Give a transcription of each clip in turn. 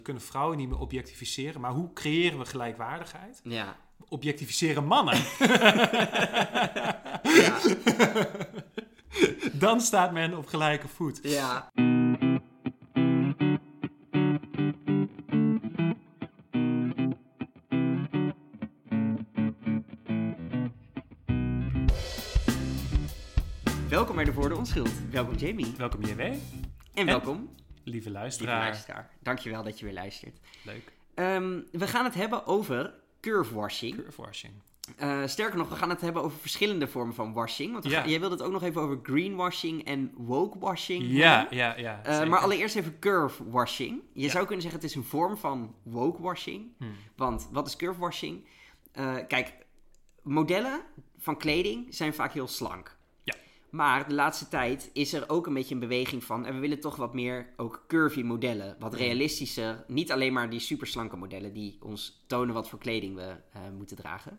We kunnen vrouwen niet meer objectificeren. Maar hoe creëren we gelijkwaardigheid? Ja. We objectificeren mannen. Ja. Dan staat men op gelijke voet. Ja. Welkom bij de Voor de Onschuld. Welkom Jamie. Welkom JW. En welkom, Lieve luisteraar. Dankjewel dat je weer luistert. Leuk. We gaan het hebben over curve washing. Curve washing. Sterker nog, we gaan het hebben over verschillende vormen van washing. Want Ja. jij wilde het ook nog even over greenwashing en woke washing Ja, hebben. ja. Maar allereerst even curve washing. Je Ja. zou kunnen zeggen het is een vorm van woke washing. Want wat is curve washing? Kijk, modellen van kleding zijn vaak heel slank. Ja. Maar de laatste tijd is er ook een beetje een beweging van... en we willen toch wat meer ook curvy modellen. Wat realistischer. Niet alleen maar die superslanke modellen... die ons tonen wat voor kleding we moeten dragen.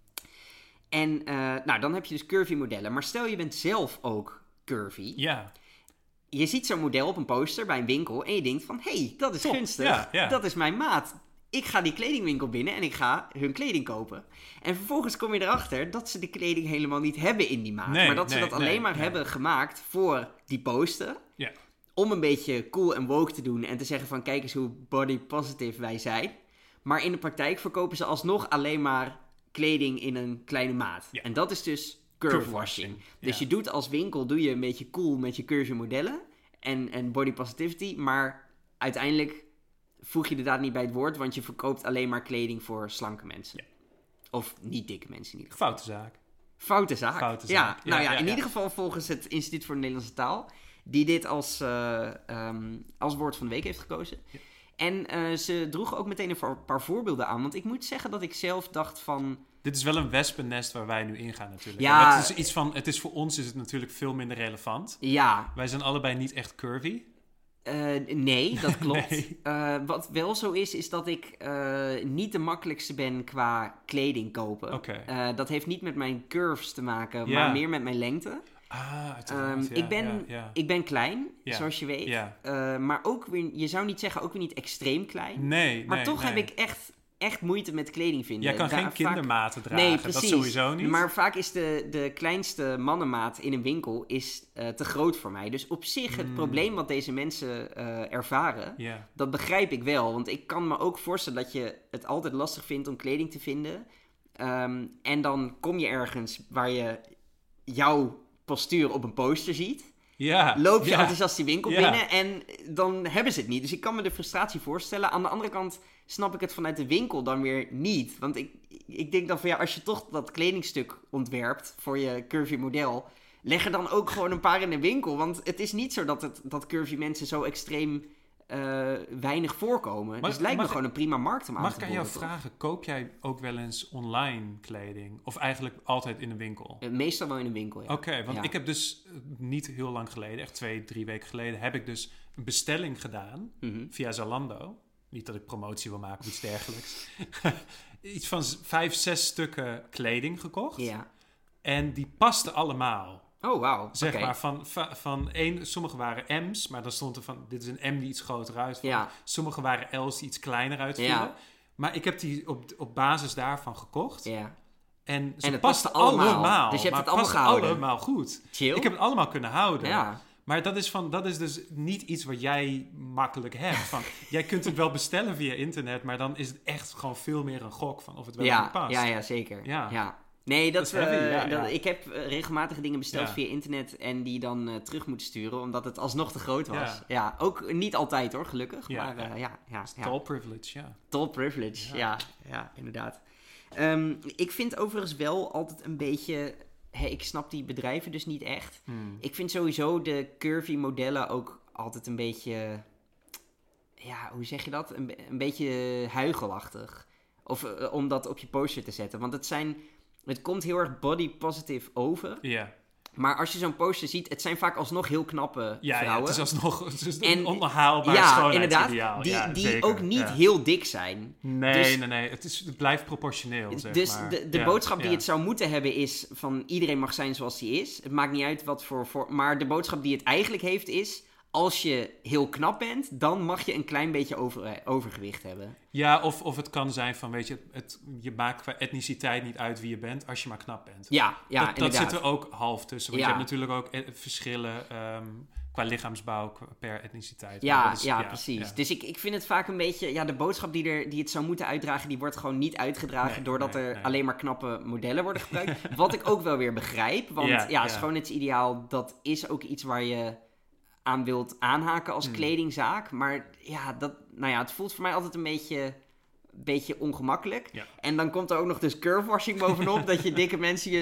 En dan heb je dus curvy modellen. Maar stel je bent zelf ook curvy. Ja. Je ziet zo'n model op een poster bij een winkel... en je denkt van, hey, dat is Top, gunstig. ja. Dat is mijn maat. Ik ga die kledingwinkel binnen en ik ga hun kleding kopen. En vervolgens kom je erachter dat ze de kleding helemaal niet hebben in die maat. Nee, maar dat ze dat alleen maar hebben gemaakt voor die poster. Ja. Om een beetje cool en woke te doen en te zeggen van kijk eens hoe body positive wij zijn. Maar in de praktijk verkopen ze alsnog alleen maar kleding in een kleine maat. Ja. En dat is dus curve washing. Dus je doet als winkel doe je een beetje cool met je curvy modellen en body positivity. Maar uiteindelijk voeg je de daad niet bij het woord, want je verkoopt alleen maar kleding voor slanke mensen. Ja. Of niet dikke mensen in ieder geval. Foute zaak. Foute zaak. Ja, nou ja, in ja. ieder geval volgens het Instituut voor de Nederlandse Taal, die dit als woord van de week heeft gekozen. Ja. En ze droegen ook meteen een paar voorbeelden aan, want ik moet zeggen dat ik zelf dacht van... Dit is wel een wespennest waar wij nu ingaan natuurlijk. Ja. Het is iets van, voor ons is het natuurlijk veel minder relevant. Ja. Wij zijn allebei niet echt curvy. Nee, dat klopt. Nee. Wat wel zo is dat ik niet de makkelijkste ben qua kleding kopen. Oké. Dat heeft niet met mijn curves te maken, Ja. maar meer met mijn lengte. Uiteraard. Ik ben klein, Ja. zoals je weet. Ja. Maar ook weer, je zou niet zeggen, ook weer niet extreem klein. Nee, Maar toch heb ik echt moeite met kleding vinden. Jij kan geen kindermaten dragen. Nee, precies. Dat sowieso niet. Maar vaak is de kleinste mannenmaat in een winkel te groot voor mij. Dus op zich het probleem wat deze mensen ervaren, dat begrijp ik wel. Want ik kan me ook voorstellen dat je het altijd lastig vindt om kleding te vinden. En dan kom je ergens waar je jouw postuur op een poster ziet. Ja. Loop je enthousiast die winkel binnen en dan hebben ze het niet. Dus ik kan me de frustratie voorstellen. Aan de andere kant snap ik het vanuit de winkel dan weer niet. Want ik denk dan van als je toch dat kledingstuk ontwerpt voor je curvy model, leg er dan ook gewoon een paar in de winkel. Want het is niet zo dat curvy mensen zo extreem weinig voorkomen. Dus het lijkt me gewoon een prima markt om aan te Mag ik aan jou vragen, koop jij ook wel eens online kleding? Of eigenlijk altijd in een winkel? Meestal wel in een winkel, ja. Oké, want ik heb dus niet heel lang geleden, echt 2-3 weken geleden, heb ik dus een bestelling gedaan via Zalando. Niet dat ik promotie wil maken of iets dergelijks. Iets van 5-6 stukken kleding gekocht. Ja. En die pasten allemaal. Oh, wauw. Zeg maar, van één, sommige waren M's, maar dan stond er van, dit is een M die iets groter uitviel. Ja. Sommige waren L's die iets kleiner uitvielen. Ja. Maar ik heb die op basis daarvan gekocht. Ja. En ze het pasten paste allemaal. Dus je hebt het allemaal gehouden. gehouden. Allemaal goed. Chill. Ik heb het allemaal kunnen houden. Ja. Maar dat is dus niet iets wat jij makkelijk hebt. Van, jij kunt het wel bestellen via internet, maar dan is het echt gewoon veel meer een gok van of het wel past. Ja, zeker. Ja. Nee, dat is heavy, ik heb regelmatig dingen besteld via internet en die dan terug moeten sturen, omdat het alsnog te groot was. Ja, ook niet altijd hoor, gelukkig. Ja, maar Tall privilege, ja. Tall privilege, ja inderdaad. Ik vind overigens wel altijd een beetje... ik snap die bedrijven dus niet echt. Ik vind sowieso de curvy modellen ook altijd een beetje... Ja, hoe zeg je dat? Een beetje huigelachtig. Of om dat op je poster te zetten. Want het komt heel erg body positive over. Ja. Maar als je zo'n poster ziet, het zijn vaak alsnog heel knappe vrouwen. Ja, het is alsnog een onhaalbaar schoonheidsideaal. Inderdaad, die ook niet heel dik zijn. Nee. Het blijft proportioneel, zeg dus maar. De boodschap die het zou moeten hebben is van iedereen mag zijn zoals hij is. Het maakt niet uit wat voor... Maar de boodschap die het eigenlijk heeft is... als je heel knap bent, dan mag je een klein beetje overgewicht hebben. Ja, of het kan zijn van, weet je, je maakt qua etniciteit niet uit wie je bent als je maar knap bent. Ja, dat zit er ook half tussen. Want Ja. je hebt natuurlijk ook verschillen qua lichaamsbouw per etniciteit. Ja, precies. Ja. Dus ik vind het vaak een beetje... de boodschap die het zou moeten uitdragen, die wordt gewoon niet uitgedragen doordat er alleen maar knappe modellen worden gebruikt. Wat ik ook wel weer begrijp. Want schoonheidsideaal, dat is ook iets waar je aan wilt aanhaken als kledingzaak. Maar het voelt voor mij altijd een beetje ongemakkelijk. Ja. En dan komt er ook nog dus curvewashing bovenop. Dat je dikke mensen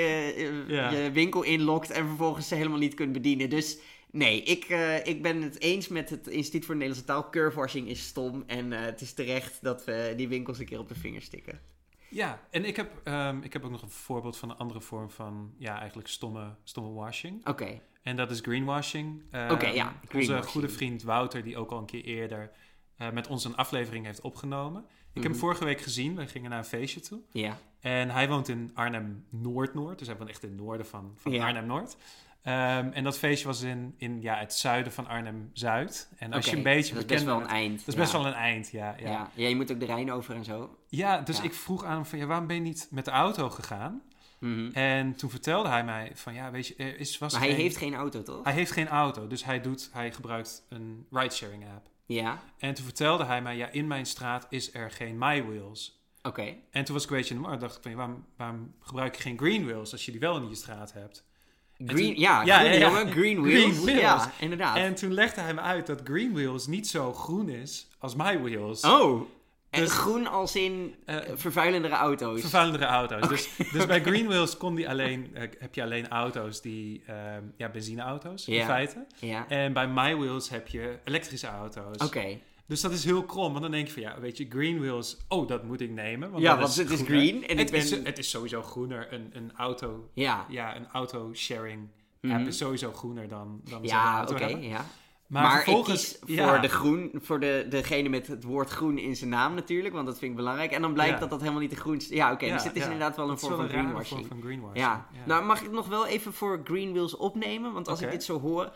je winkel inlokt en vervolgens ze helemaal niet kunt bedienen. Dus nee, ik ben het eens met het Instituut voor de Nederlandse Taal. Curvewashing is stom en het is terecht dat we die winkels een keer op de vinger stikken. Ja, en ik heb ook nog een voorbeeld van een andere vorm van eigenlijk stomme washing. Oké. En dat is greenwashing. Onze goede vriend Wouter, die ook al een keer eerder met ons een aflevering heeft opgenomen. Ik heb hem vorige week gezien. We gingen naar een feestje toe. Ja. En hij woont in Arnhem-Noord. Dus hij woont echt in het noorden van Arnhem-Noord. En dat feestje was in het zuiden van Arnhem-Zuid. En als je een beetje... Dat is best wel een eind. Dat is best wel een eind, ja. Ja, je moet ook de Rijn over en zo. Ja, dus ik vroeg aan hem van... waarom ben je niet met de auto gegaan? Mm-hmm. En toen vertelde hij mij van... weet je, hij heeft geen auto, toch? Hij heeft geen auto. Dus hij gebruikt een ridesharing app. Ja. En toen vertelde hij mij... in mijn straat is er geen MyWheels. Oké. En toen was ik een beetje in de mar. Dacht ik van... waarom gebruik je geen Greenwheels als je die wel in je straat hebt? Green Wheels. Ja, inderdaad. En toen legde hij me uit dat Green Wheels niet zo groen is als MyWheels. Oh, dus, groen als in vervuilendere auto's. Vervuilendere auto's. Okay. Dus bij Green Wheels heb je alleen auto's die... benzineauto's in feite. Ja. En bij MyWheels heb je elektrische auto's. Oké. Dus dat is heel krom, want dan denk je van, weet je, Green Wheels, dat moet ik nemen. Want het is green. En het is sowieso groener. Een auto, een auto-sharing app is sowieso groener dan zo'n auto hebben. Ja. Maar vervolgens, het is voor degene met het woord groen in zijn naam natuurlijk, want dat vind ik belangrijk. En dan blijkt dat helemaal niet de groenste... Ja, oké, dus het is inderdaad wel een vorm van greenwashing. Ja. Nou, mag ik nog wel even voor Green Wheels opnemen? Want als ik dit zo hoor...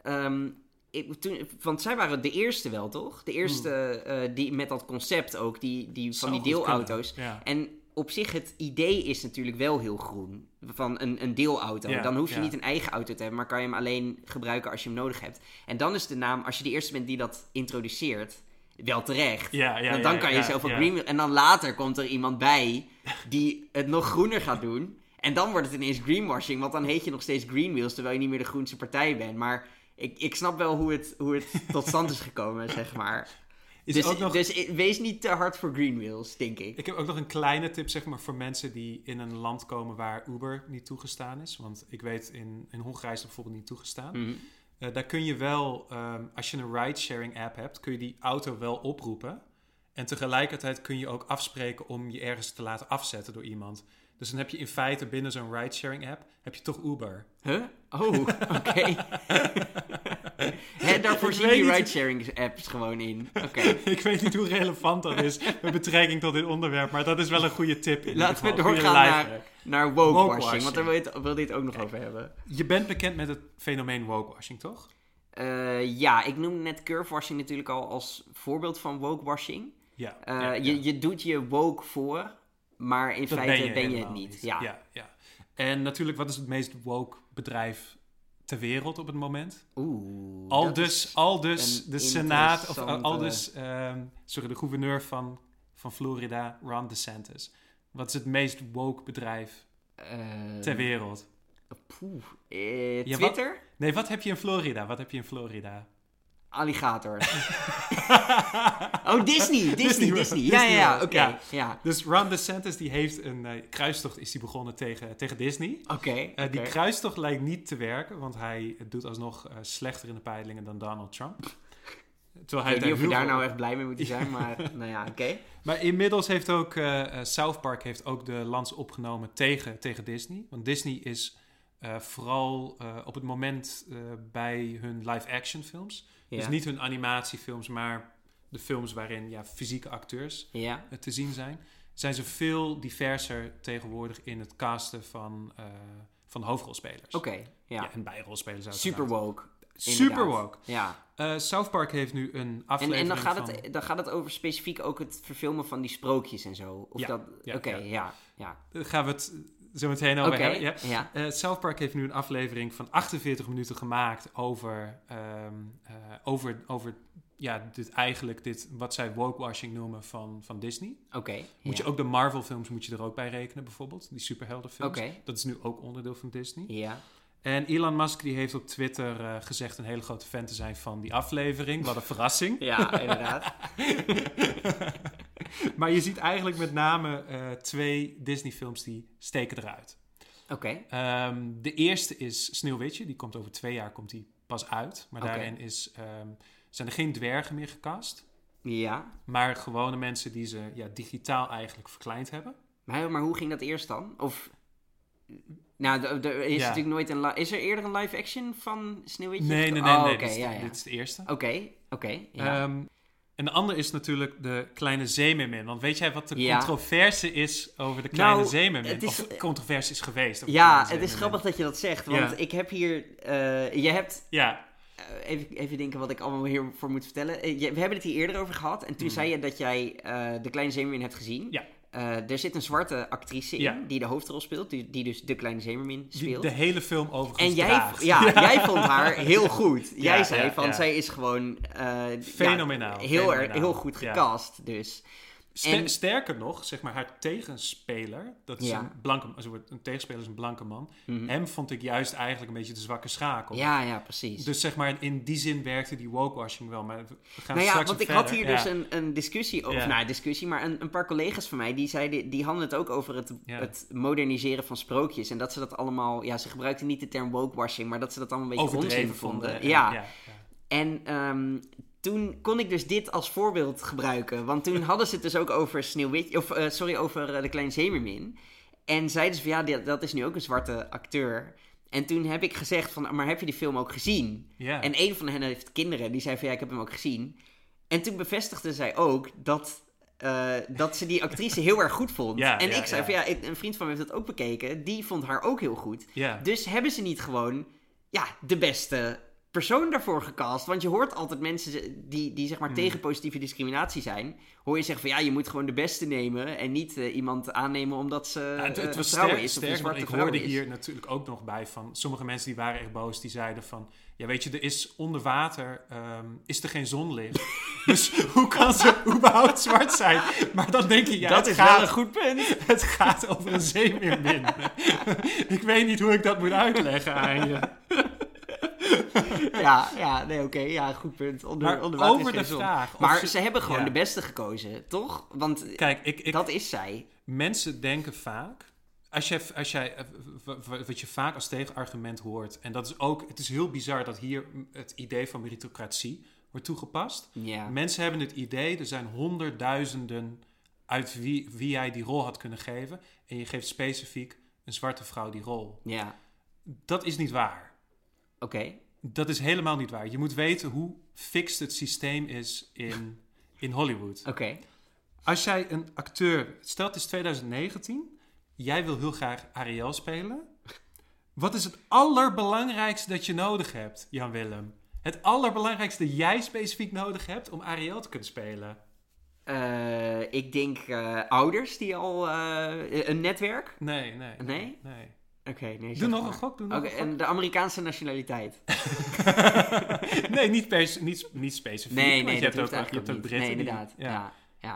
want zij waren de eerste wel, toch? De eerste die met dat concept ook, die van die deelauto's. Ja. En op zich, het idee is natuurlijk wel heel groen. Van een deelauto. Ja, dan hoef je niet een eigen auto te hebben, maar kan je hem alleen gebruiken als je hem nodig hebt. En dan is de naam, als je de eerste bent die dat introduceert, wel terecht. Want dan kan je zelf ook green... En dan later komt er iemand bij die het nog groener gaat doen. En dan wordt het ineens greenwashing, want dan heet je nog steeds Green Wheels, terwijl je niet meer de groenste partij bent. Maar ik snap wel hoe het tot stand is gekomen, zeg maar. Dus wees niet te hard voor Green Wheels, denk ik. Ik heb ook nog een kleine tip, zeg maar, voor mensen die in een land komen waar Uber niet toegestaan is. Want ik weet, in Hongarije is het bijvoorbeeld niet toegestaan. Mm-hmm. Daar kun je wel, als je een ride-sharing app hebt, kun je die auto wel oproepen. En tegelijkertijd kun je ook afspreken om je ergens te laten afzetten door iemand. Dus dan heb je in feite binnen zo'n ride-sharing app, heb je toch Uber. Huh? Oh, oké. Daarvoor zie je die ride-sharing apps gewoon in. Okay. Ik weet niet hoe relevant dat is met betrekking tot dit onderwerp, maar dat is wel een goede tip. Laten we doorgaan naar wokewashing, want daar wil je het ook nog over hebben. Je bent bekend met het fenomeen wokewashing, toch? Ik noemde net curvewashing natuurlijk al als voorbeeld van wokewashing. Je doet je woke voor, maar in feite ben je het niet. Ja. En natuurlijk, wat is het meest woke bedrijf ter wereld op het moment? Aldus de Senaat, de gouverneur van Florida, Ron DeSantis. Wat is het meest woke bedrijf ter wereld? Twitter? Wat heb je in Florida? Alligator. Disney. Ja, oké. Ja. Dus Ron DeSantis die heeft een kruistocht is die begonnen tegen Disney. Oké. Die kruistocht lijkt niet te werken, want hij doet alsnog slechter in de peilingen dan Donald Trump. Terwijl hij of je daar nou echt blij mee moet zijn, maar oké. Maar inmiddels heeft ook South Park heeft ook de lans opgenomen tegen Disney. Want Disney is vooral op het moment bij hun live-action films. Ja. Dus niet hun animatiefilms, maar de films waarin fysieke acteurs te zien zijn ze veel diverser tegenwoordig in het casten van hoofdrolspelers. Oké. En bijrolspelers. Super woke. Super woke. Ja. South Park heeft nu een aflevering dan gaat het over specifiek ook het verfilmen van die sprookjes en zo? Of ja. Ja. Daar gaan we het zo meteen over hebben. Ja. South Park heeft nu een aflevering van 48 minuten gemaakt over wat zij wokewashing noemen van Disney. Moet je ook de Marvel films moet je er ook bij rekenen bijvoorbeeld. Die superheldenfilms. Dat is nu ook onderdeel van Disney. Ja. En Elon Musk die heeft op Twitter gezegd een hele grote fan te zijn van die aflevering. Wat een verrassing. Ja, inderdaad. Maar je ziet eigenlijk met name 2 Disney films die steken eruit. De eerste is Sneeuwwitje. Die komt over 2 jaar pas uit. Maar daarin zijn er geen dwergen meer gecast. Ja. Maar gewone mensen die ze digitaal eigenlijk verkleind hebben. Maar hoe ging dat eerst dan? Of... Nou, er is natuurlijk nooit een... Is er eerder een live action van Sneeuwwitje? Nee. Dit is de eerste. Oké. En de andere is natuurlijk de Kleine Zeemeermin. Want weet jij wat de controverse is over de Kleine Zeemeermin? Of controverse is geweest? Het is grappig dat je dat zegt. Want ik heb hier... je hebt... Ja. Even denken wat ik allemaal hiervoor moet vertellen. We hebben het hier eerder over gehad. En toen zei je dat jij de Kleine Zeemeermin hebt gezien. Ja. Er zit een zwarte actrice in die de hoofdrol speelt. Die dus de Kleine Zeemermin speelt. Die de hele film overigens en jij vond haar heel goed. Jij zei van zij is gewoon... fenomenaal. Heel goed gecast dus. Sterker nog, zeg maar haar tegenspeler, dat is een tegenspeler is een blanke man. Hem vond ik juist eigenlijk een beetje de zwakke schakel. Ja, precies. Dus zeg maar in die zin werkte die wokewashing wel. Maar we gaan straks want ik verder. had hier dus een discussie over. Maar een paar collega's van mij die hadden het ook over het moderniseren van sprookjes. En dat ze dat allemaal... Ja, ze gebruikten niet de term wokewashing, maar dat ze dat allemaal een beetje onzin vonden. Ja. En toen kon ik dus dit als voorbeeld gebruiken. Want toen hadden ze het dus ook over over de Kleine Zeemermin. En zeiden ze van dat is nu ook een zwarte acteur. En toen heb ik gezegd van, maar heb je die film ook gezien? Yeah. En een van hen heeft kinderen, die zei van ik heb hem ook gezien. En toen bevestigde zij ook dat ze die actrice heel erg goed vond. Ik zei van een vriend van me heeft dat ook bekeken. Die vond haar ook heel goed. Yeah. Dus hebben ze niet gewoon de beste persoon daarvoor gecast. Want je hoort altijd mensen die zeg maar tegen positieve discriminatie zijn. Hoor je zeggen van je moet gewoon de beste nemen. En niet iemand aannemen omdat ze het was vrouw is. Of sterk, een ik hoorde hier natuurlijk ook nog bij van sommige mensen die waren echt boos. Die zeiden van, weet je, er is onder water is er geen zonlicht. Dus hoe kan ze überhaupt zwart zijn? Maar dan denk je, dat is wel een goed punt. Het gaat over een zeemeermin. Ik weet niet hoe ik dat moet uitleggen aan je. Goed punt. Maar over de vraag... Maar ze hebben gewoon de beste gekozen, toch? Want kijk, dat is zij. Mensen denken vaak... Wat je vaak als tegenargument hoort... En dat is ook... Het is heel bizar dat hier het idee van meritocratie wordt toegepast. Ja. Mensen hebben het idee... Er zijn honderdduizenden uit wie jij die rol had kunnen geven. En je geeft specifiek een zwarte vrouw die rol. Ja. Dat is niet waar. Oké. Dat is helemaal niet waar. Je moet weten hoe fixed het systeem is in Hollywood. Oké. Als jij een acteur... Stel het is 2019. Jij wil heel graag Ariel spelen. Wat is het allerbelangrijkste dat je nodig hebt, Jan-Willem? Het allerbelangrijkste dat jij specifiek nodig hebt om Ariel te kunnen spelen? Ik denk ouders die al... een netwerk? Nee? Oké, nee. Doe nog een gok. En de Amerikaanse nationaliteit. Nee, niet specifiek. Nee, je hebt ook Britten. Nee, inderdaad. Ja.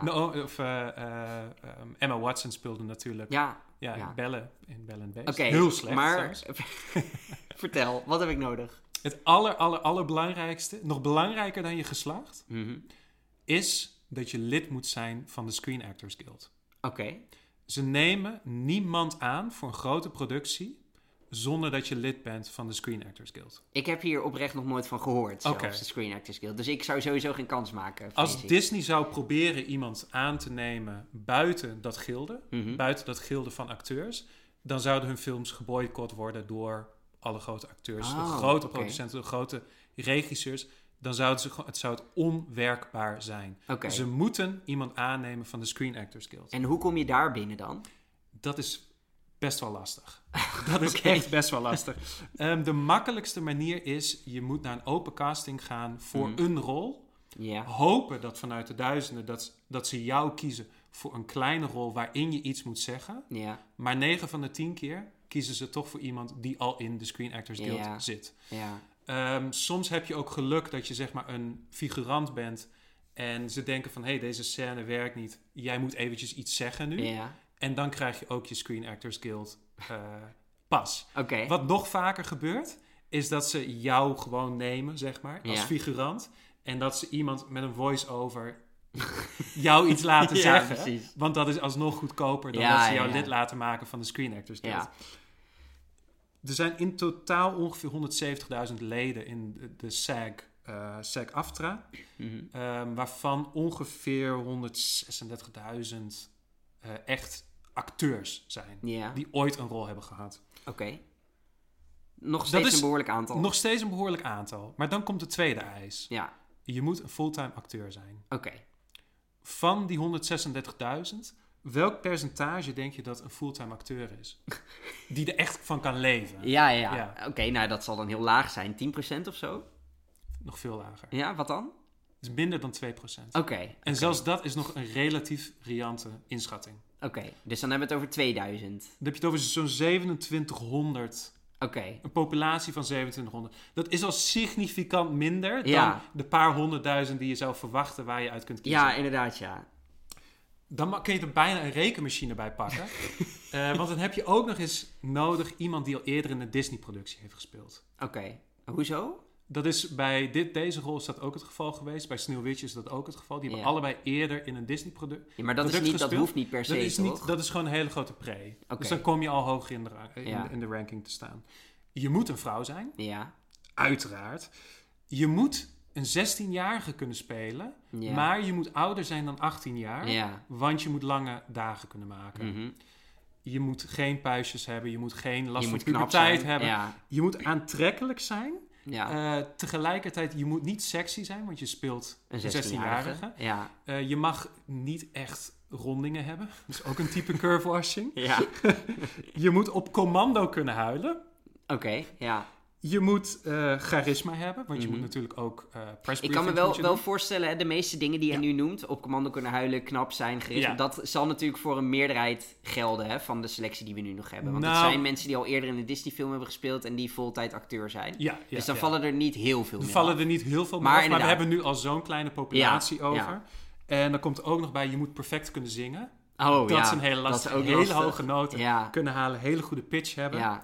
Emma Watson speelde natuurlijk. Belle in Belle and Beast. Oké, heel slecht. Maar vertel, wat heb ik nodig? Het allerbelangrijkste, nog belangrijker dan je geslacht, is dat je lid moet zijn van de Screen Actors Guild. Oké. Ze nemen niemand aan voor een grote productie zonder dat je lid bent van de Screen Actors Guild. Ik heb hier oprecht nog nooit van gehoord, zelfs de Screen Actors Guild. Dus ik zou sowieso geen kans maken. Als Disney zou proberen iemand aan te nemen buiten dat gilde, buiten dat gilde van acteurs, dan zouden hun films geboycott worden door alle grote acteurs, de grote producenten, de grote regisseurs. Dan zou het onwerkbaar zijn. Okay. Ze moeten iemand aannemen van de Screen Actors Guild. En hoe kom je daar binnen dan? Dat is best wel lastig. Dat is echt best wel lastig. De makkelijkste manier is, je moet naar een open casting gaan voor een rol. Ja. Hopen dat vanuit de duizenden dat ze jou kiezen voor een kleine rol waarin je iets moet zeggen. Ja. Maar 9 van de 10 keer kiezen ze toch voor iemand die al in de Screen Actors Guild zit. Ja. Soms heb je ook geluk dat je zeg maar een figurant bent en ze denken van, hey, deze scène werkt niet. Jij moet eventjes iets zeggen nu. Ja. En dan krijg je ook je Screen Actors Guild pas. Okay. Wat nog vaker gebeurt, is dat ze jou gewoon nemen, zeg maar, als figurant. En dat ze iemand met een voice-over jou iets laten zeggen. Precies. Want dat is alsnog goedkoper dan dat ze jou lid laten maken van de Screen Actors Guild. Ja. Er zijn in totaal ongeveer 170.000 leden in de SAG-AFTRA. Waarvan ongeveer 136.000 echt acteurs zijn. Die ooit een rol hebben gehad. Oké. Nog steeds een behoorlijk aantal. Nog steeds een behoorlijk aantal. Maar dan komt de tweede eis. Ja. Je moet een fulltime acteur zijn. Oké. Van die 136.000, welk percentage denk je dat een fulltime acteur is? Die er echt van kan leven. Ja. Oké, nou dat zal dan heel laag zijn. 10% of zo? Nog veel lager. Ja, wat dan? Het is minder dan 2%. Oké. En zelfs dat is nog een relatief riante inschatting. Oké, dus dan hebben we het over 2000. Dan heb je het over zo'n 2700. Oké. Een populatie van 2700. Dat is al significant minder dan de paar 100.000 die je zou verwachten waar je uit kunt kiezen. Ja, inderdaad, ja. Dan kun je er bijna een rekenmachine bij pakken. Want dan heb je ook nog eens nodig iemand die al eerder in een Disney-productie heeft gespeeld. Oké. Hoezo? Dat is bij deze rol is dat ook het geval geweest. Bij Sneeuwwitje is dat ook het geval. Die hebben allebei eerder in een Disney-product. Ja, maar dat hoeft niet per se, toch? Dat is gewoon een hele grote pre. Okay. Dus dan kom je al hoger in de ranking te staan. Je moet een vrouw zijn. Ja. Uiteraard. Je moet een 16-jarige kunnen spelen. Ja. Maar je moet ouder zijn dan 18 jaar. Ja. Want je moet lange dagen kunnen maken. Mm-hmm. Je moet geen puistjes hebben. Je moet geen last van puberteit hebben. Ja. Je moet aantrekkelijk zijn. Ja. Tegelijkertijd, je moet niet sexy zijn, want je speelt een 16-jarige. Ja. Je mag niet echt rondingen hebben. Dat is ook een type curvewashing. Ja. Je moet op commando kunnen huilen. Oké, ja. Je moet charisma hebben, want je moet natuurlijk ook Ik kan me wel voorstellen, de meeste dingen die je nu noemt, op commando kunnen huilen, knap zijn, charisma, dat zal natuurlijk voor een meerderheid gelden hè, van de selectie die we nu nog hebben. Want het zijn mensen die al eerder in een Disney-film hebben gespeeld en die voltijd acteur zijn. Dus dan vallen er niet heel veel meer vallen er niet heel veel meer maar we hebben nu al zo'n kleine populatie over. Ja. En dan komt er ook nog bij, je moet perfect kunnen zingen. Oh, dat is een hele lastige, hele hoge noten kunnen halen, hele goede pitch hebben.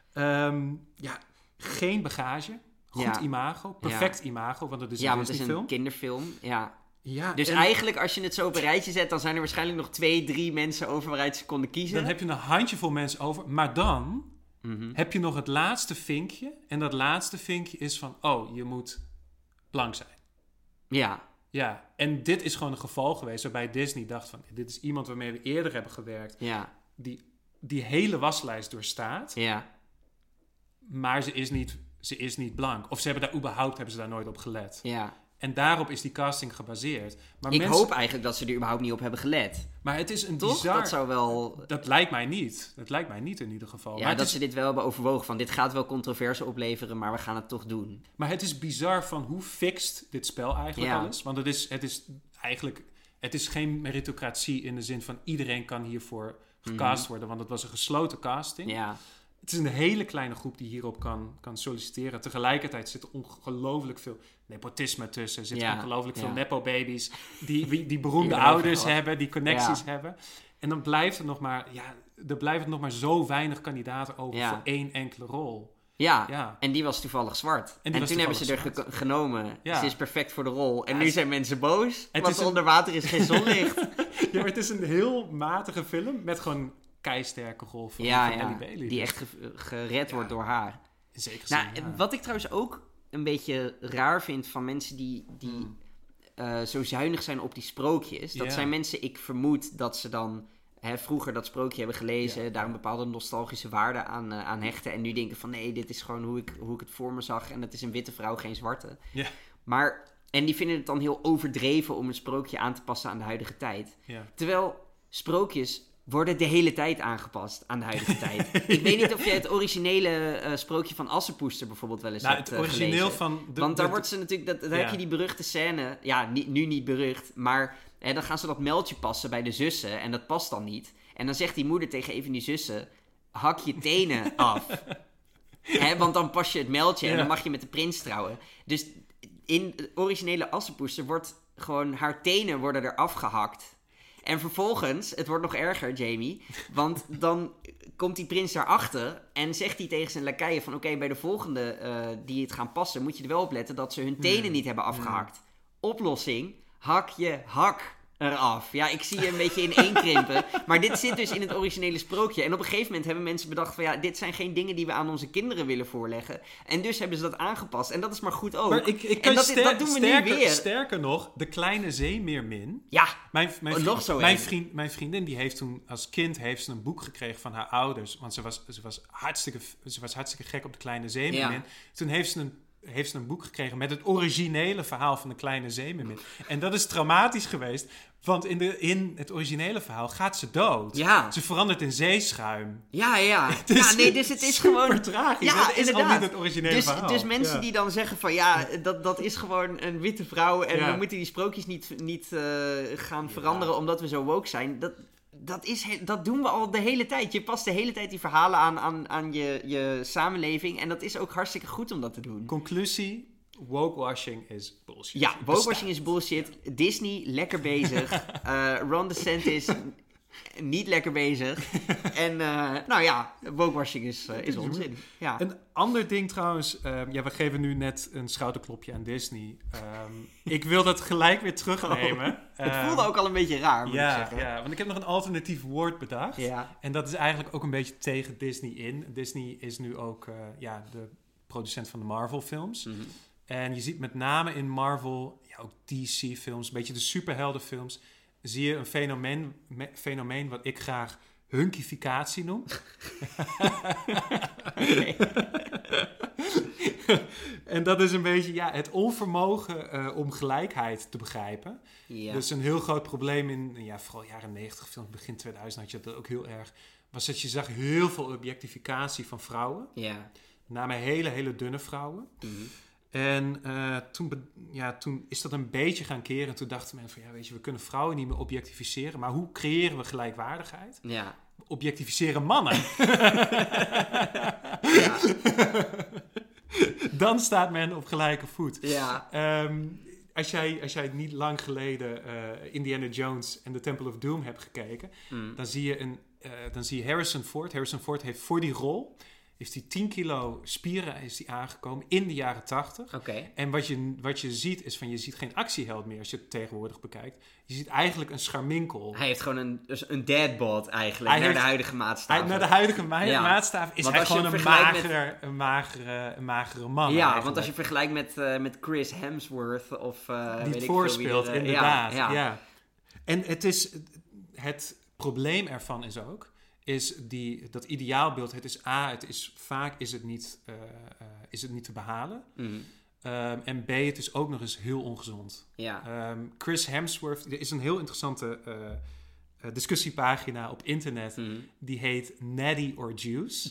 Geen bagage, goed imago, perfect imago, want het is een Disney-film. Ja, het is een kinderfilm, dus eigenlijk als je het zo op een rijtje zet, dan zijn er waarschijnlijk nog 2-3 mensen over waaruit ze konden kiezen. Dan heb je een handjevol mensen over, maar dan heb je nog het laatste vinkje. En dat laatste vinkje is van, je moet blank zijn. Ja. Ja, en dit is gewoon een geval geweest waarbij Disney dacht van, dit is iemand waarmee we eerder hebben gewerkt. Ja. Die hele waslijst doorstaat. Ja. Maar ze is niet blank. Of hebben ze daar nooit op gelet. Ja. En daarop is die casting gebaseerd. Maar ik hoop eigenlijk dat ze er überhaupt niet op hebben gelet. Maar het is een bizar... Dat zou wel... Dat lijkt mij niet. Dat lijkt mij niet in ieder geval. Ja, maar ze dit wel hebben overwogen. Van dit gaat wel controverse opleveren, maar we gaan het toch doen. Maar het is bizar van hoe fixed dit spel eigenlijk al is. Want het is geen meritocratie in de zin van iedereen kan hiervoor gecast worden. Want het was een gesloten casting. Ja. Het is een hele kleine groep die hierop kan solliciteren. Tegelijkertijd zit er ongelooflijk veel nepotisme tussen. Er zitten ongelooflijk veel nepo-baby's die beroemde ouders hebben, die connecties hebben. En dan blijft er nog maar zo weinig kandidaten over voor één enkele rol. Ja, en die was toevallig zwart. En toen hebben ze er genomen. Ja. Ze is perfect voor de rol. En nu zijn mensen boos, want onder water is geen zonlicht. Ja, maar het is een heel matige film met gewoon keisterke rol van Ellie Bailey. Die echt gered wordt door haar. Zeker. Wat ik trouwens ook een beetje raar vind van mensen die zo zuinig zijn op die sprookjes. Dat zijn mensen, ik vermoed dat ze dan vroeger dat sprookje hebben gelezen, daar een bepaalde nostalgische waarde aan hechten. En nu denken van nee, dit is gewoon hoe ik het voor me zag. En het is een witte vrouw, geen zwarte. Ja. En die vinden het dan heel overdreven om een sprookje aan te passen aan de huidige tijd. Ja. Terwijl sprookjes worden de hele tijd aangepast aan de huidige tijd. Ik weet niet of je het originele sprookje van Assepoester bijvoorbeeld wel eens hebt het origineel gelezen. van... Want daar wordt ze natuurlijk... Daar heb je die beruchte scène... Ja, nu niet berucht, maar dan gaan ze dat meldje passen bij de zussen en dat past dan niet. En dan zegt die moeder tegen een van die zussen... Hak je tenen af. Want dan pas je het meldje en dan mag je met de prins trouwen. Dus in de originele Assepoester wordt gewoon... Haar tenen worden er afgehakt... En vervolgens, het wordt nog erger, Jamie. Want dan komt die prins daarachter en zegt hij tegen zijn lakeien van... Oké, bij de volgende die het gaan passen, moet je er wel op letten dat ze hun tenen niet hebben afgehakt. Oplossing, hak je hak eraf. Ja, ik zie je een beetje in één krimpen. Maar dit zit dus in het originele sprookje. En op een gegeven moment hebben mensen bedacht van... Ja, dit zijn geen dingen die we aan onze kinderen willen voorleggen. En dus hebben ze dat aangepast. En dat is maar goed ook. Maar dat doen we nu weer. Sterker nog, de kleine zeemeermin. Ja, Mijn vriendin die heeft toen als kind een boek gekregen van haar ouders. Want ze was hartstikke gek op de kleine zeemeermin. Ja. Toen heeft ze een boek gekregen met het originele verhaal van de kleine zeemeermin. En dat is traumatisch geweest, want in het originele verhaal gaat ze dood. Ja. Ze verandert in zeeschuim. Ja. Dus het is gewoon... tragisch. Ja, dat is inderdaad. Al niet het originele verhaal. Dus mensen die dan zeggen van dat is gewoon een witte vrouw en we moeten die sprookjes niet gaan veranderen omdat we zo woke zijn. Dat doen we al de hele tijd. Je past de hele tijd die verhalen aan je samenleving. En dat is ook hartstikke goed om dat te doen. Conclusie, wokewashing is bullshit. Ja, wokewashing is bullshit. Disney, lekker bezig. Ron DeSantis, niet lekker bezig. En wokewashing is onzin. Ja. Een ander ding trouwens. We geven nu net een schouderklopje aan Disney. Ik wil dat gelijk weer terugnemen. Het voelde ook al een beetje raar, moet ik zeggen. Ja, want ik heb nog een alternatief woord bedacht. Ja. En dat is eigenlijk ook een beetje tegen Disney in. Disney is nu ook de producent van de Marvel films. Mm-hmm. En je ziet met name in Marvel, ook DC films, een beetje de superheldenfilms, zie je een fenomeen wat ik graag hunkificatie noem. En dat is een beetje het onvermogen om gelijkheid te begrijpen. Ja. Dus een heel groot probleem in vooral jaren 90, films, begin 2000 had je dat ook heel erg. Was dat je zag heel veel objectificatie van vrouwen. Ja. Met name hele dunne vrouwen. Mm-hmm. En toen is dat een beetje gaan keren. En toen dachten mensen van, we kunnen vrouwen niet meer objectificeren. Maar hoe creëren we gelijkwaardigheid? Ja. Objectificeren mannen. Ja. Dan staat men op gelijke voet. Ja. Als jij niet lang geleden Indiana Jones en The Temple of Doom hebt gekeken... Dan zie je Harrison Ford. Harrison Ford heeft voor die rol... heeft hij 10 kilo spieren aangekomen in de jaren 80. Okay. En wat je ziet is je ziet geen actieheld meer als je het tegenwoordig bekijkt. Je ziet eigenlijk een scharminkel. Hij heeft gewoon een deadbot eigenlijk, naar de huidige maatstaven. Naar de huidige maatstaven is hij gewoon een magere man. Ja, eigenlijk. Want als je vergelijkt met Chris Hemsworth of die het voorspeelt, inderdaad. Ja. En het probleem ervan is ook... is dat ideaalbeeld, vaak is het niet te behalen. Mm-hmm. En B, het is ook nog eens heel ongezond. Ja. Chris Hemsworth, er is een heel interessante discussiepagina op internet. Mm-hmm. Die heet Natty or Juice.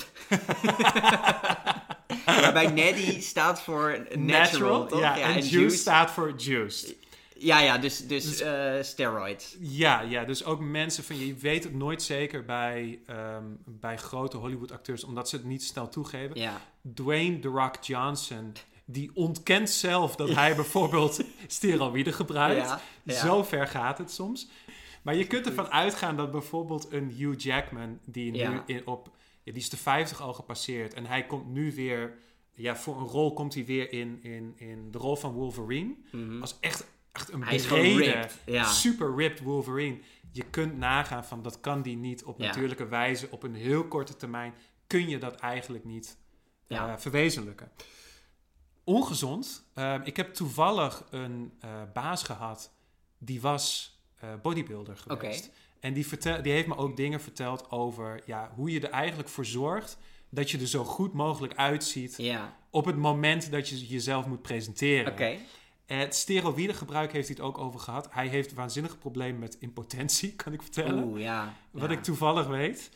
Waarbij Natty staat voor natural toch? Ja, en Juice staat voor juiced. Ja, dus steroids. Ja, dus ook mensen je weet het nooit zeker bij grote Hollywood-acteurs, omdat ze het niet snel toegeven. Ja. Dwayne The Rock Johnson, die ontkent zelf dat hij bijvoorbeeld steroïden gebruikt. Ja. Zo ver gaat het soms. Maar je kunt ervan uitgaan dat bijvoorbeeld een Hugh Jackman, die nu die is de 50 al gepasseerd en hij komt nu weer, voor een rol komt hij weer in de rol van Wolverine. Mm-hmm. Als echt een brede, super ripped Wolverine. Je kunt nagaan van dat kan die niet op natuurlijke wijze op een heel korte termijn. Kun je dat eigenlijk niet verwezenlijken. Ongezond. Ik heb toevallig een baas gehad die was bodybuilder geweest. Okay. En die heeft me ook dingen verteld over hoe je er eigenlijk voor zorgt dat je er zo goed mogelijk uitziet op het moment dat je jezelf moet presenteren. Okay. Het steroïdegebruik heeft hij het ook over gehad. Hij heeft waanzinnige problemen met impotentie, kan ik vertellen. Oeh, ja. Wat ik toevallig weet.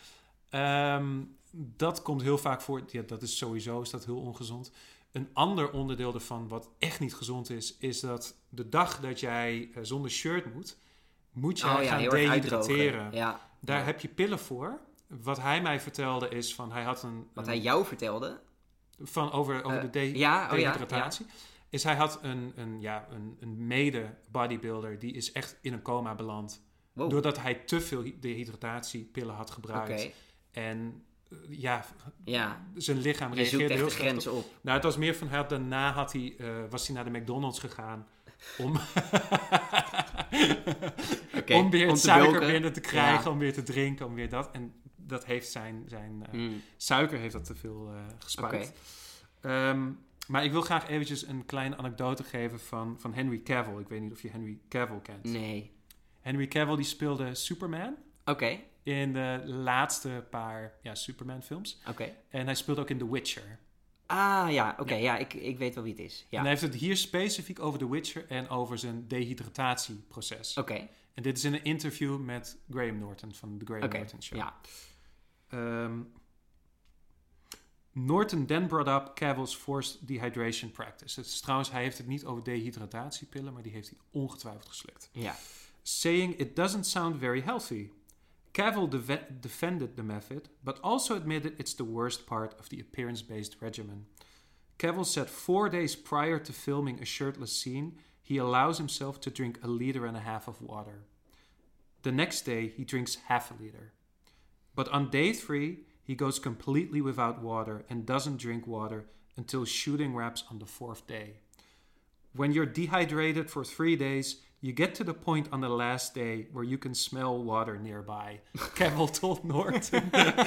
Dat komt heel vaak voor. Ja, dat is sowieso heel ongezond. Een ander onderdeel ervan, wat echt niet gezond is dat de dag dat jij zonder shirt moet je gaan dehydrateren. Ja. Daar heb je pillen voor. Wat hij mij vertelde is van, hij had Wat hij jou vertelde? Over de dehydratatie. Ja. Is hij had een mede-bodybuilder, die is echt in een coma beland. Wow. Doordat hij te veel dehydratatiepillen had gebruikt. Okay. En zijn lichaam reageerde heel de grens op. Nou, het was meer van, daarna was hij naar de McDonald's gegaan om om weer het suiker binnen te krijgen, om weer te drinken, om weer dat. En dat heeft zijn suiker heeft dat te veel gespijkt. Okay. Maar ik wil graag eventjes een kleine anekdote geven van Henry Cavill. Ik weet niet of je Henry Cavill kent. Nee. Henry Cavill die speelde Superman. Oké. In de laatste paar Superman films. Oké. En hij speelt ook in The Witcher. Ah, ja. Oké. Ja, ik weet wel wie het is. Ja. En hij heeft het hier specifiek over The Witcher en over zijn dehydratatieproces. Oké. En dit is in een interview met Graham Norton van The Graham Norton Show. Ja. Norton then brought up Cavill's forced dehydration practice. Het is trouwens, hij heeft het niet over dehydratatiepillen, maar die heeft hij ongetwijfeld geslikt. Ja. Saying it doesn't sound very healthy. Cavill defended the method, but also admitted it's the worst part of the appearance-based regimen. Cavill said 4 days prior to filming a shirtless scene, he allows himself to drink 1.5 liters of water. The next day, he drinks half a liter. But on day 3, he goes completely without water and doesn't drink water until shooting wraps on the 4th day. When you're dehydrated for 3 days, you get to the point on the last day where you can smell water nearby. Cavill told Norton.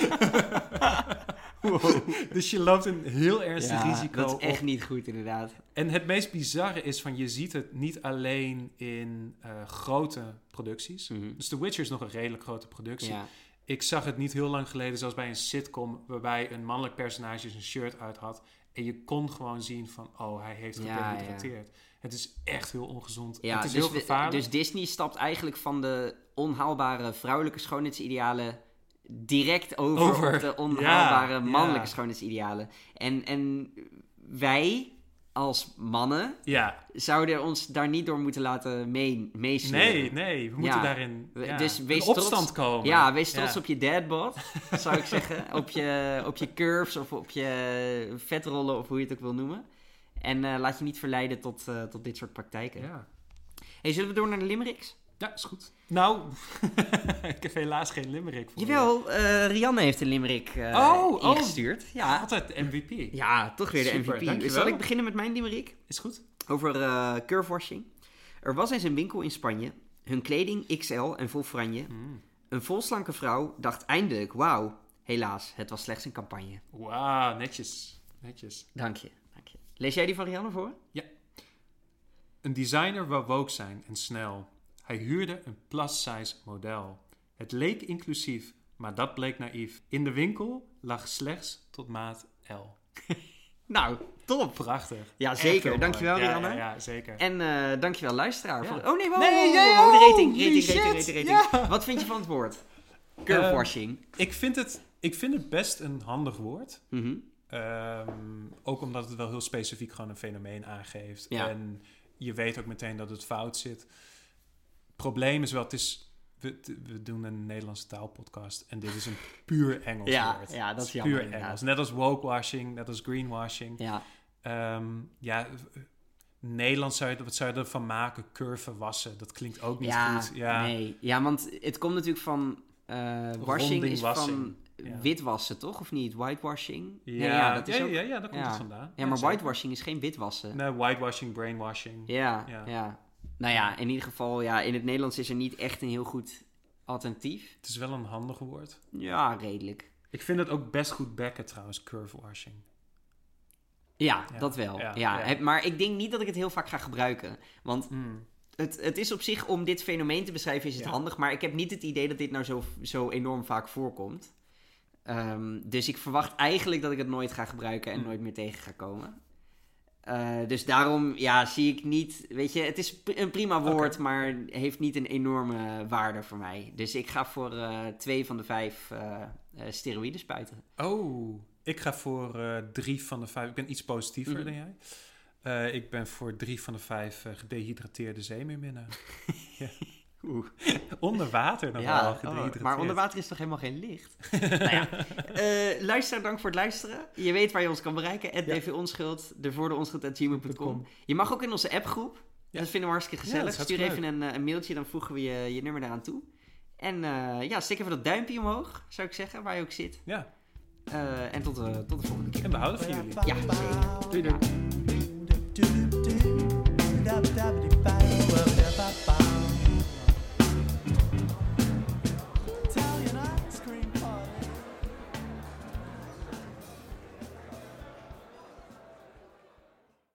Wow. Dus je loopt een heel ernstig risico op. Dat is echt niet goed, inderdaad. En het meest bizarre is van, je ziet het niet alleen in grote producties. Mm-hmm. Dus The Witcher is nog een redelijk grote productie. Ja. Ik zag het niet heel lang geleden, zoals bij een sitcom, waarbij een mannelijk personage zijn shirt uit had. En je kon gewoon zien van, hij heeft gedehydrateerd. Ja. Het is echt heel ongezond. Ja, het is dus heel gevaarlijk. Dus Disney stapt eigenlijk van de onhaalbare vrouwelijke schoonheidsidealen direct over op de onhaalbare mannelijke schoonheidsidealen. En wij als mannen zouden ons daar niet door moeten laten meesleuren. Nee, we moeten daarin dus wees in opstand komen. Ja, wees trots op je dadbod, zou ik zeggen. Op je curves of op je vetrollen of hoe je het ook wil noemen. En laat je niet verleiden tot dit soort praktijken. Ja. Hey, zullen we door naar de limericks? Ja, is goed. Nou, ik heb helaas geen limerick voor. Jawel, Rianne heeft een limerick ingestuurd. Ja. Altijd de MVP. Ja, toch weer de Super, MVP. dankjewel. Zal ik beginnen met mijn limerick? Is goed. Over curvewashing. Er was eens een winkel in Spanje. Hun kleding XL en vol franje. Een volslanke vrouw dacht eindelijk, wauw. Helaas, het was slechts een campagne. Wauw, netjes. Dank je. Lees jij die van Rianne voor? Ja. Een designer wou woke zijn en snel. Hij huurde een plus-size model. Het leek inclusief, maar dat bleek naïef. In de winkel lag slechts tot maat L. Nou, top. Prachtig. Ja, zeker. Dankjewel, Rianne. Ja, zeker. En dankjewel, luisteraar. Ja. Oh nee, de rating. Ja. Wat vind je van het woord? Curvewashing. Ik vind het best een handig woord. Mm-hmm. Ook omdat het wel heel specifiek gewoon een fenomeen aangeeft. Ja. En je weet ook meteen dat het fout zit. Het probleem is wel, we doen een Nederlandse taalpodcast en dit is een puur Engels woord. Ja, dat is jammer. Puur Engels. Net als wokewashing, net als greenwashing. Ja. Nederlands wat zou je ervan maken? Curve wassen, dat klinkt ook niet goed. Ja. Nee. Ja, want het komt natuurlijk van washing is van witwassen, toch? Of niet? Whitewashing? Ja, dat is ook... daar komt het vandaan. Ja, maar whitewashing is geen witwassen. Nee, whitewashing, brainwashing. Ja. Nou ja, in ieder geval, in het Nederlands is er niet echt een heel goed alternatief. Het is wel een handig woord. Ja, redelijk. Ik vind het ook best goed bekken trouwens, curve washing. Ja, dat wel. Ja. Maar ik denk niet dat ik het heel vaak ga gebruiken. Want het is op zich, om dit fenomeen te beschrijven, is het handig. Maar ik heb niet het idee dat dit nou zo enorm vaak voorkomt. Dus ik verwacht eigenlijk dat ik het nooit ga gebruiken en nooit meer tegen ga komen. Dus daarom zie ik niet... Weet je, het is een prima woord, maar heeft niet een enorme waarde voor mij. Dus ik ga voor 2 van de 5 steroïden spuiten. Oh, ik ga voor 3 van de 5. Ik ben iets positiever dan jij. Ik ben voor 3 van de 5 gedehydrateerde zeemeerminnen. Ja. Onder water dan wel gedehydrateerd. Maar onder water is toch helemaal geen licht? Luisteraar, dank voor het luisteren. Je weet waar je ons kan bereiken. @dvonschuld, devoordeonschuld@gmail.com. Je mag ook in onze appgroep. Dat vinden we hartstikke gezellig. Stuur even een mailtje, dan voegen we je nummer eraan toe. En steek even dat duimpje omhoog, zou ik zeggen, waar je ook zit. Ja. En tot de volgende keer. En we houden van jullie. Ja, zeker. Doei.